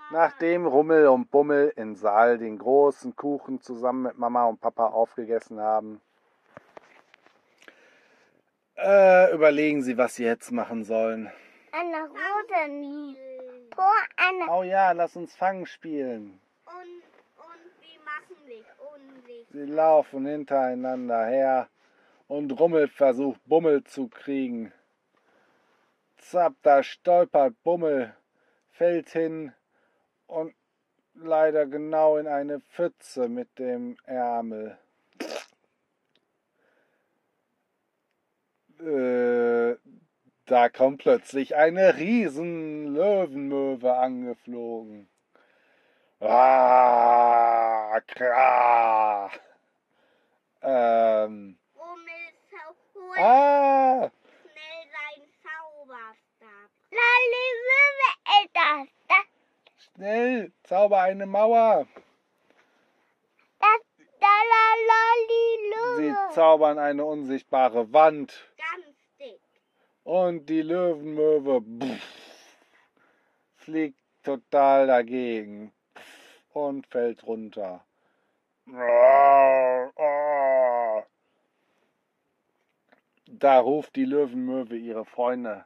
Nachdem Rummel und Bummel im Saal den großen Kuchen zusammen mit Mama und Papa aufgegessen haben, überlegen sie, was sie jetzt machen sollen. Eine rote nie. Oh ja, lass uns Fangen spielen. Und wir machen sich unsicher. Sie laufen hintereinander her und Rummel versucht Bummel zu kriegen. Zapp, da stolpert Bummel, fällt hin und leider genau in eine Pfütze mit dem Ärmel. Da kommt plötzlich eine riesen Löwenmöwe angeflogen. Ah, kra. Rummel holt schnell seinen Zauberstab. Lali Löwe ist das. Schnell, zauber eine Mauer. Sie zaubern eine unsichtbare Wand. Ganz dick. Und die Löwenmöwe fliegt total dagegen und fällt runter. Da ruft die Löwenmöwe ihre Freunde.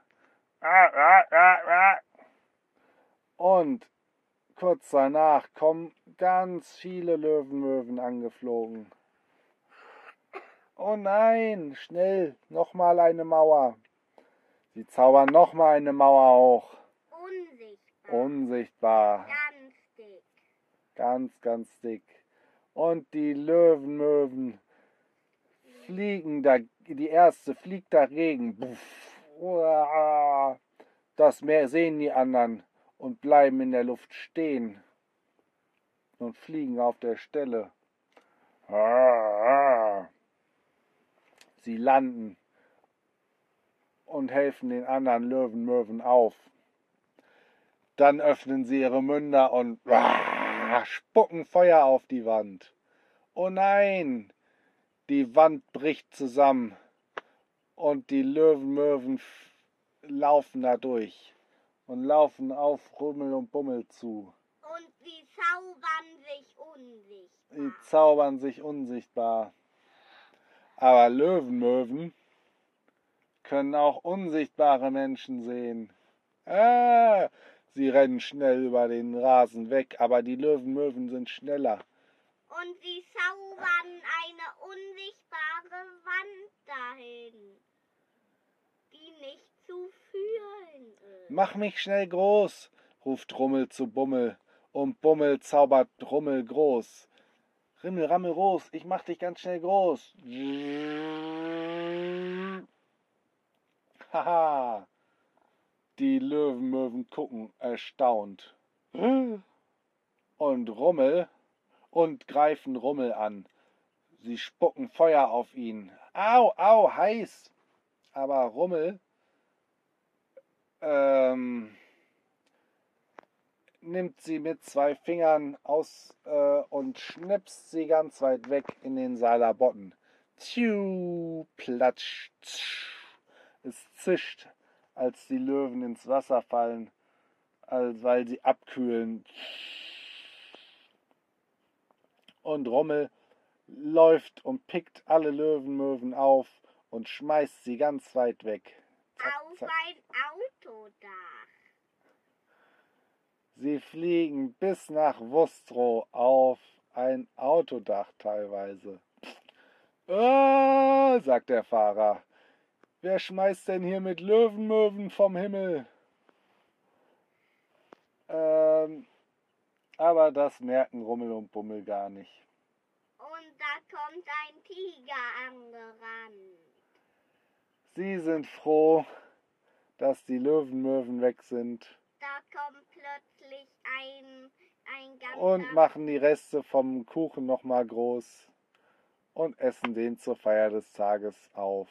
Und kurz danach kommen ganz viele Löwenmöwen angeflogen. Oh nein, schnell, nochmal eine Mauer. Sie zaubern nochmal eine Mauer hoch. Unsichtbar. Ganz dick. Ganz dick. Und die Löwenmöwen fliegen, die erste fliegt dagegen. Das Meer sehen die anderen und bleiben in der Luft stehen und fliegen auf der Stelle. Sie landen und helfen den anderen Löwenmöwen auf. Dann öffnen sie ihre Münder und spucken Feuer auf die Wand. Oh nein, die Wand bricht zusammen und die Löwenmöwen laufen da durch und laufen auf Rummel und Bummel zu. Und sie zaubern sich unsichtbar. Sie zaubern sich unsichtbar. Aber Löwenmöwen können auch unsichtbare Menschen sehen. Sie rennen schnell über den Rasen weg, aber die Löwenmöwen sind schneller. Und sie zaubern eine unsichtbare Wand dahin, die nicht zu fühlen ist. Mach mich schnell groß, ruft Rummel zu Bummel. Und Bummel zaubert Rummel groß. Rimmel, rammel, Ros, ich mach dich ganz schnell groß. Haha. Die Löwenmöwen gucken erstaunt. Und greifen Rummel an. Sie spucken Feuer auf ihn. Au, au, heiß. Aber Rummel nimmt sie mit 2 Fingern aus und schnipst sie ganz weit weg in den Salabotten. Tschiu, platsch, tsch. Es zischt, als die Löwen ins Wasser fallen, weil sie abkühlen. Und Rummel läuft und pickt alle Löwenmöwen auf und schmeißt sie ganz weit weg. Zack, auf zack. Ein Autodach. Sie fliegen bis nach Wustrow auf ein Autodach teilweise. Sagt der Fahrer. Wer schmeißt denn hier mit Löwenmöwen vom Himmel? Aber das merken Rummel und Bummel gar nicht. Und da kommt ein Tiger angerannt. Sie sind froh, dass die Löwenmöwen weg sind. Da kommt plötzlich ein ganzer... Und machen die Reste vom Kuchen nochmal groß und essen den zur Feier des Tages auf.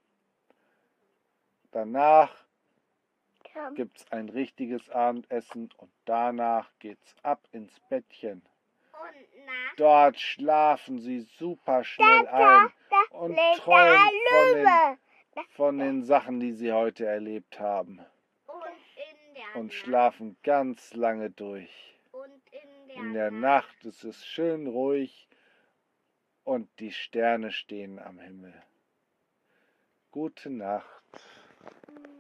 Danach gibt's ein richtiges Abendessen und danach geht's ab ins Bettchen. Dort schlafen sie super schnell ein und träumen von den Sachen, die sie heute erlebt haben. Und schlafen ganz lange durch. In der Nacht ist es schön ruhig und die Sterne stehen am Himmel. Gute Nacht.